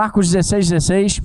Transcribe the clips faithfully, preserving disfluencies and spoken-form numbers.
Marcos dezesseis, dezesseis.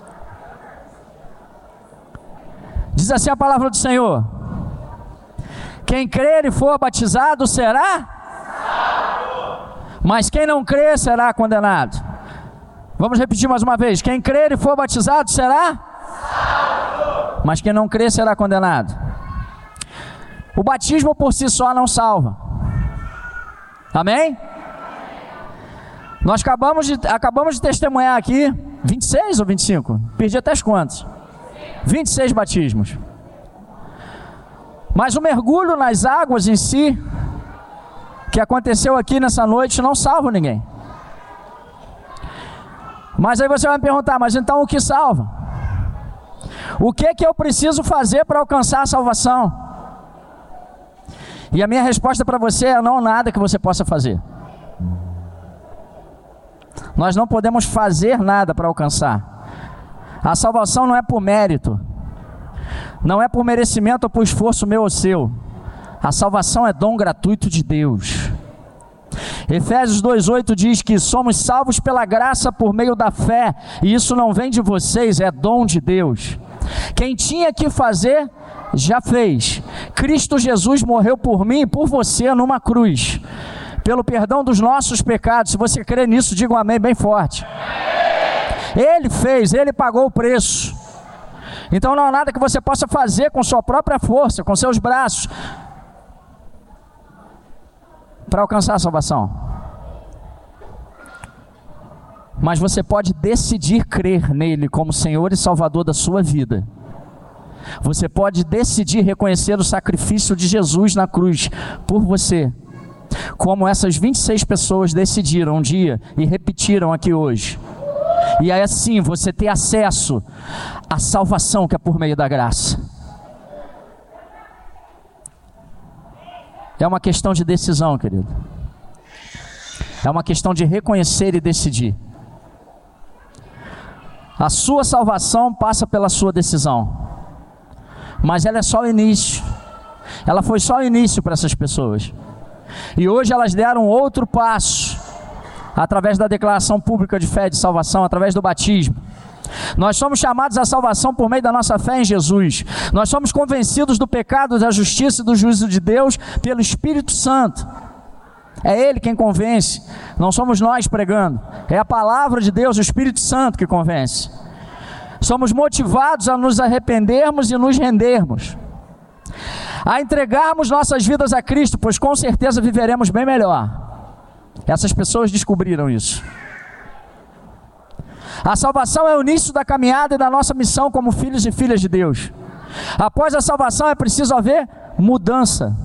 Diz assim a palavra do Senhor: quem crer e for batizado será salvo, mas quem não crer será condenado. Vamos repetir mais uma vez: quem crer e for batizado será salvo, mas quem não crer será condenado. O batismo por si só não salva. Amém? Nós acabamos de, acabamos de testemunhar aqui vinte e seis ou vinte e cinco? Perdi até as contas. vinte e seis batismos. Mas o mergulho nas águas em si, que aconteceu aqui nessa noite, não salva ninguém. Mas aí você vai me perguntar: mas então o que salva? O que que eu preciso fazer para alcançar a salvação? E a minha resposta para você é: não, nada que você possa fazer. Nós não podemos fazer nada para alcançar. A salvação não é por mérito, não é por merecimento ou por esforço meu ou seu. A salvação é dom gratuito de Deus. Efésios dois, oito diz que somos salvos pela graça por meio da fé, e isso não vem de vocês, é dom de Deus. Quem tinha que fazer, já fez. Cristo Jesus morreu por mim e por você numa cruz, pelo perdão dos nossos pecados. Se você crê nisso, diga um amém bem forte. Ele fez, Ele pagou o preço. Então não há nada que você possa fazer com sua própria força, com seus braços, para alcançar a salvação. Mas você pode decidir crer nele como Senhor e Salvador da sua vida. Você pode decidir reconhecer o sacrifício de Jesus na cruz por você, como essas vinte e seis pessoas decidiram um dia e repetiram aqui hoje. E aí assim você ter acesso à salvação que é por meio da graça. É uma questão de decisão, querido. É uma questão de reconhecer e decidir. A sua salvação passa pela sua decisão, mas ela é só o início. Ela foi só o início para essas pessoas. E hoje elas deram outro passo, através da declaração pública de fé de salvação, através do batismo. Nós somos chamados à salvação por meio da nossa fé em Jesus. Nós somos convencidos do pecado, da justiça e do juízo de Deus pelo Espírito Santo. É Ele quem convence, não somos nós pregando. É a palavra de Deus, o Espírito Santo que convence. Somos motivados a nos arrependermos e nos rendermos, a entregarmos nossas vidas a Cristo, pois com certeza viveremos bem melhor. Essas pessoas descobriram isso. A salvação é o início da caminhada e da nossa missão como filhos e filhas de Deus. Após a salvação é preciso haver mudança.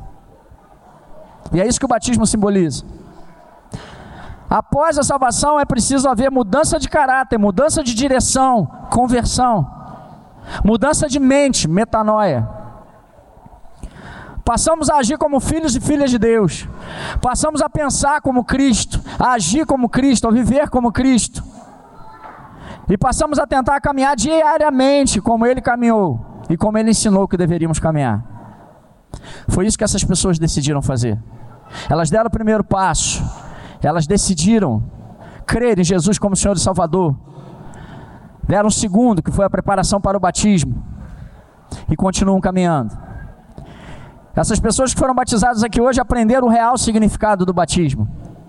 E é isso que o batismo simboliza. Após a salvação é preciso haver mudança de caráter, mudança de direção, conversão, mudança de mente, metanoia. Passamos a agir como filhos e filhas de Deus. Passamos a pensar como Cristo, a agir como Cristo, a viver como Cristo. E passamos a tentar caminhar diariamente como Ele caminhou e como Ele ensinou que deveríamos caminhar. Foi isso que essas pessoas decidiram fazer. Elas deram o primeiro passo. Elas decidiram crer em Jesus como Senhor e Salvador. Deram o segundo, que foi a preparação para o batismo. E continuam caminhando. Essas pessoas que foram batizadas aqui hoje aprenderam o real significado do batismo.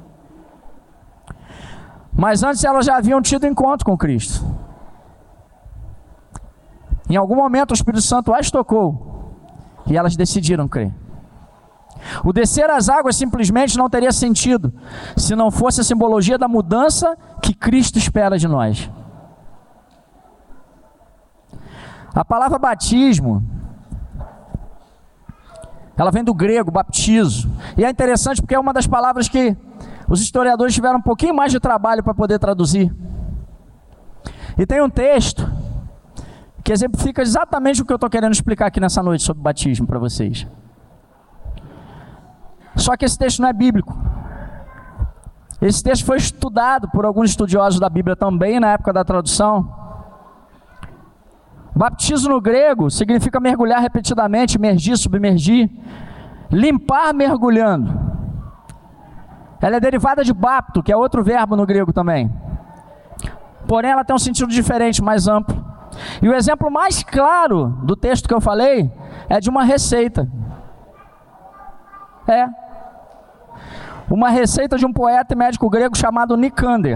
Mas antes elas já haviam tido encontro com Cristo. Em algum momento o Espírito Santo as tocou e elas decidiram crer. O descer às águas simplesmente não teria sentido se não fosse a simbologia da mudança que Cristo espera de nós. A palavra batismo, ela vem do grego, baptizo, e é interessante porque é uma das palavras que os historiadores tiveram um pouquinho mais de trabalho para poder traduzir. E tem um texto que exemplifica exatamente o que eu estou querendo explicar aqui nessa noite sobre batismo para vocês. Só que esse texto não é bíblico. Esse texto foi estudado por alguns estudiosos da Bíblia também na época da tradução. Baptizo no grego significa mergulhar repetidamente, imergir, submergir, limpar mergulhando. Ela é derivada de bapto, que é outro verbo no grego também. porém ela tem um sentido diferente, mais amplo. E o exemplo mais claro do texto que eu falei é de uma receita. É. Uma receita de um poeta e médico grego chamado Nicânder,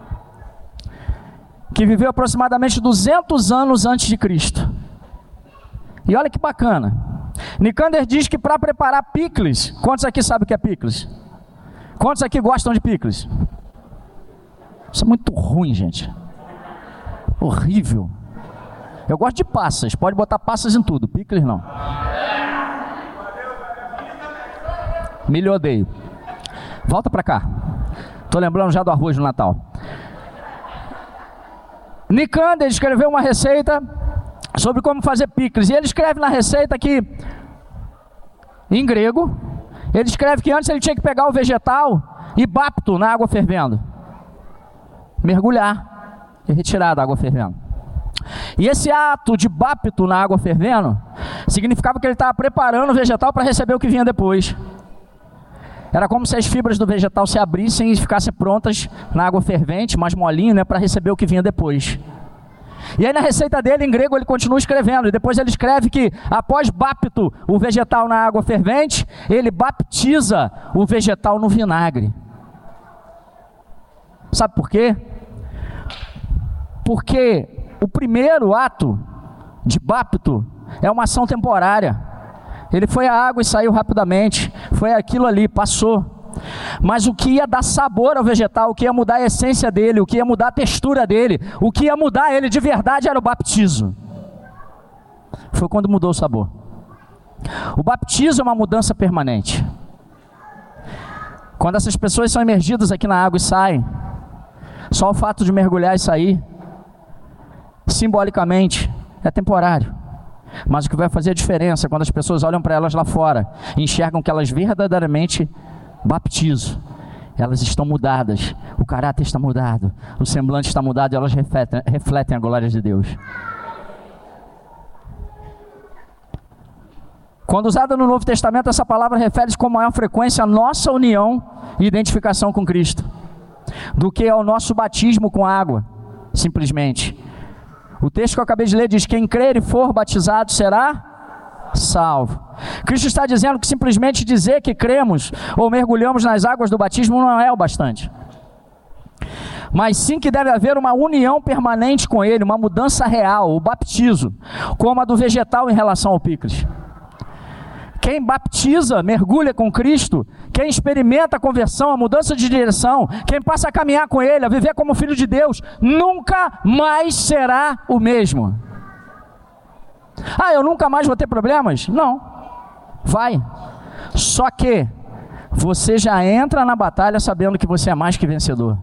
que viveu aproximadamente duzentos anos antes de Cristo. E olha que bacana. Nicânder diz que para preparar picles, quantos aqui sabem o que é picles? Quantos aqui gostam de picles? Isso é muito ruim, gente. Horrível. Eu gosto de passas, pode botar passas em tudo, picles não. Milho odeio. Volta para cá. Estou lembrando já do arroz no Natal. Nicânder escreveu uma receita sobre como fazer picles. E ele escreve na receita que, em grego, ele escreve que antes ele tinha que pegar o vegetal e bapto na água fervendo. Mergulhar e retirar da água fervendo. E esse ato de bapto na água fervendo significava que ele estava preparando o vegetal para receber o que vinha depois. Era como se as fibras do vegetal se abrissem e ficassem prontas na água fervente, mais molinho, né, para receber o que vinha depois. E aí na receita dele, em grego, ele continua escrevendo. E depois ele escreve que após bapto o vegetal na água fervente, ele baptiza o vegetal no vinagre. Sabe por quê? Porque o primeiro ato de bapto é uma ação temporária. Ele foi à água e saiu rapidamente. Foi aquilo ali, passou. Mas o que ia dar sabor ao vegetal, o que ia mudar a essência dele, o que ia mudar a textura dele, o que ia mudar ele de verdade era o batismo. Foi quando mudou o sabor. O batismo é uma mudança permanente. Quando essas pessoas são imergidas aqui na água e saem, só o fato de mergulhar e sair, simbolicamente, é temporário. Mas o que vai fazer a diferença é quando as pessoas olham para elas lá fora e enxergam que elas verdadeiramente baptizam. Elas estão mudadas, o caráter está mudado, o semblante está mudado e elas refletem, refletem a glória de Deus. Quando usada no Novo Testamento, essa palavra refere-se com maior frequência à nossa união e identificação com Cristo, do que ao nosso batismo com água, simplesmente. O texto que eu acabei de ler diz: quem crer e for batizado será salvo. Cristo está dizendo que simplesmente dizer que cremos ou mergulhamos nas águas do batismo não é o bastante, mas sim que deve haver uma união permanente com Ele, uma mudança real, o batismo, como a do vegetal em relação ao picles. Quem baptiza, mergulha com Cristo, quem experimenta a conversão, a mudança de direção, quem passa a caminhar com Ele, a viver como filho de Deus, nunca mais será o mesmo. Ah, eu nunca mais vou ter problemas? Não, vai. Só que você já entra na batalha sabendo que você é mais que vencedor.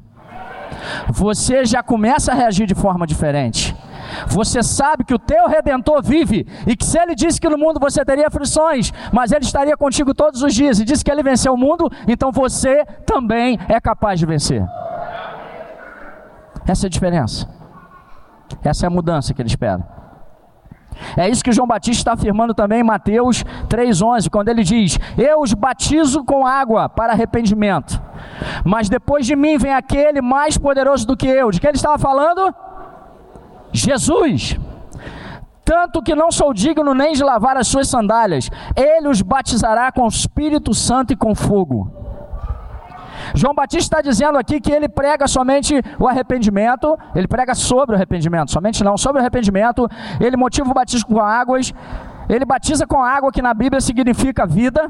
Você já começa a reagir de forma diferente. Você sabe que o teu Redentor vive, e que se Ele disse que no mundo você teria aflições, mas Ele estaria contigo todos os dias, e disse que Ele venceu o mundo, então você também é capaz de vencer. Essa é a diferença. Essa é a mudança que Ele espera. É isso que João Batista está afirmando também em Mateus três onze, quando ele diz: eu os batizo com água para arrependimento, mas depois de mim vem aquele mais poderoso do que eu. De que ele estava falando? Jesus. Tanto que não sou digno nem de lavar as suas sandálias, Ele os batizará com o Espírito Santo e com fogo. João Batista está dizendo aqui que ele prega somente o arrependimento, ele prega sobre o arrependimento, somente não, sobre o arrependimento, ele motiva o batismo com águas, ele batiza com água, que na Bíblia significa vida,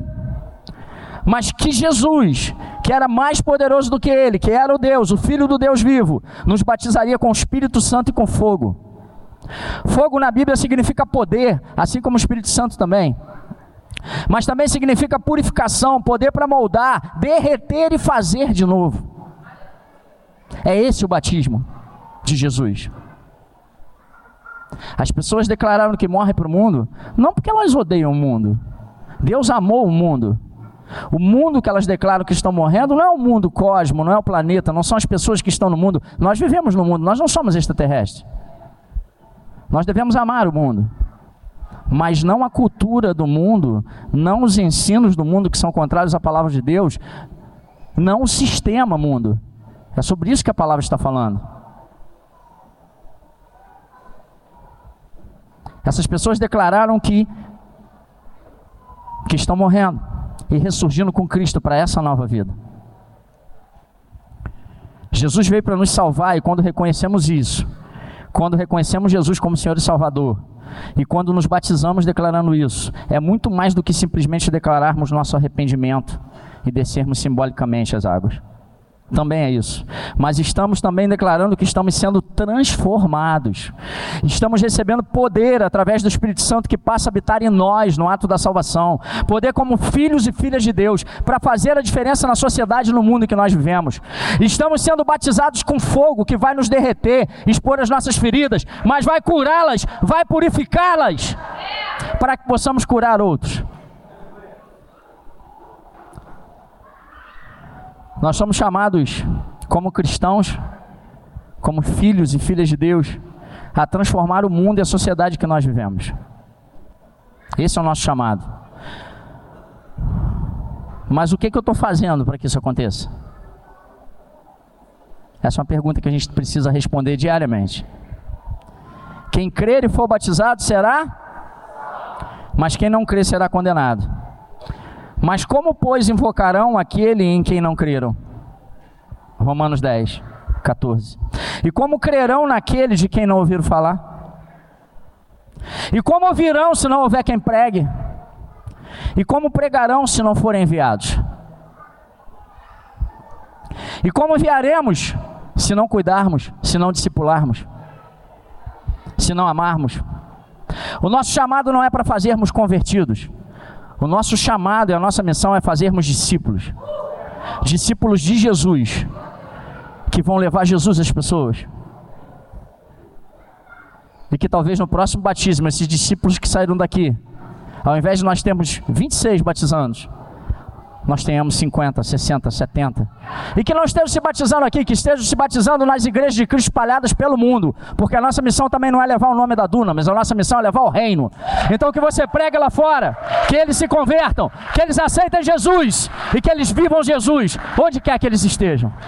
mas que Jesus, que era mais poderoso do que ele, que era o Deus, o Filho do Deus vivo, nos batizaria com o Espírito Santo e com fogo. Fogo na Bíblia significa poder, assim como o Espírito Santo também, mas também significa purificação, poder para moldar, derreter e fazer de novo. É esse o batismo de Jesus. As pessoas declararam que morrem para o mundo, não porque elas odeiam o mundo. Deus amou o mundo. O mundo que elas declaram que estão morrendo não é o mundo cosmo, não é o planeta, não são as pessoas que estão no mundo. Nós vivemos no mundo, nós não somos extraterrestres. Nós devemos amar o mundo, mas não a cultura do mundo, não os ensinos do mundo que são contrários à palavra de Deus, não o sistema mundo. É sobre isso que a palavra está falando. Essas pessoas declararam que, que estão morrendo e ressurgindo com Cristo para essa nova vida. Jesus veio para nos salvar, e quando reconhecemos isso, quando reconhecemos Jesus como Senhor e Salvador, e quando nos batizamos declarando isso, é muito mais do que simplesmente declararmos nosso arrependimento e descermos simbolicamente as águas. Também é isso, mas estamos também declarando que estamos sendo transformados, estamos recebendo poder através do Espírito Santo que passa a habitar em nós no ato da salvação, poder como filhos e filhas de Deus, para fazer a diferença na sociedade e no mundo em que nós vivemos. Estamos sendo batizados com fogo que vai nos derreter, expor as nossas feridas, mas vai curá-las, vai purificá-las, para que possamos curar outros. Nós somos chamados, como cristãos, como filhos e filhas de Deus, a transformar o mundo e a sociedade que nós vivemos. Esse é o nosso chamado. Mas o que, que eu estou fazendo para que isso aconteça? Essa é uma pergunta que a gente precisa responder diariamente. Quem crer e for batizado será, mas quem não crer será condenado. Mas como, pois, invocarão aquele em quem não creram? Romanos dez, catorze. E como crerão naquele de quem não ouviram falar? E como ouvirão se não houver quem pregue? E como pregarão se não forem enviados? E como enviaremos se não cuidarmos, se não discipularmos, se não amarmos? O nosso chamado não é para fazermos convertidos. O nosso chamado e a nossa missão é fazermos discípulos. Discípulos de Jesus, que vão levar Jesus às pessoas. E que talvez no próximo batismo, esses discípulos que saíram daqui, ao invés de nós termos vinte e seis batizandos, nós tenhamos cinquenta, sessenta, setenta. E que não estejam se batizando aqui, que estejam se batizando nas igrejas de Cristo espalhadas pelo mundo. Porque a nossa missão também não é levar o nome da Duna, mas a nossa missão é levar o reino. Então que você pregue lá fora, que eles se convertam, que eles aceitem Jesus e que eles vivam Jesus, onde quer que eles estejam.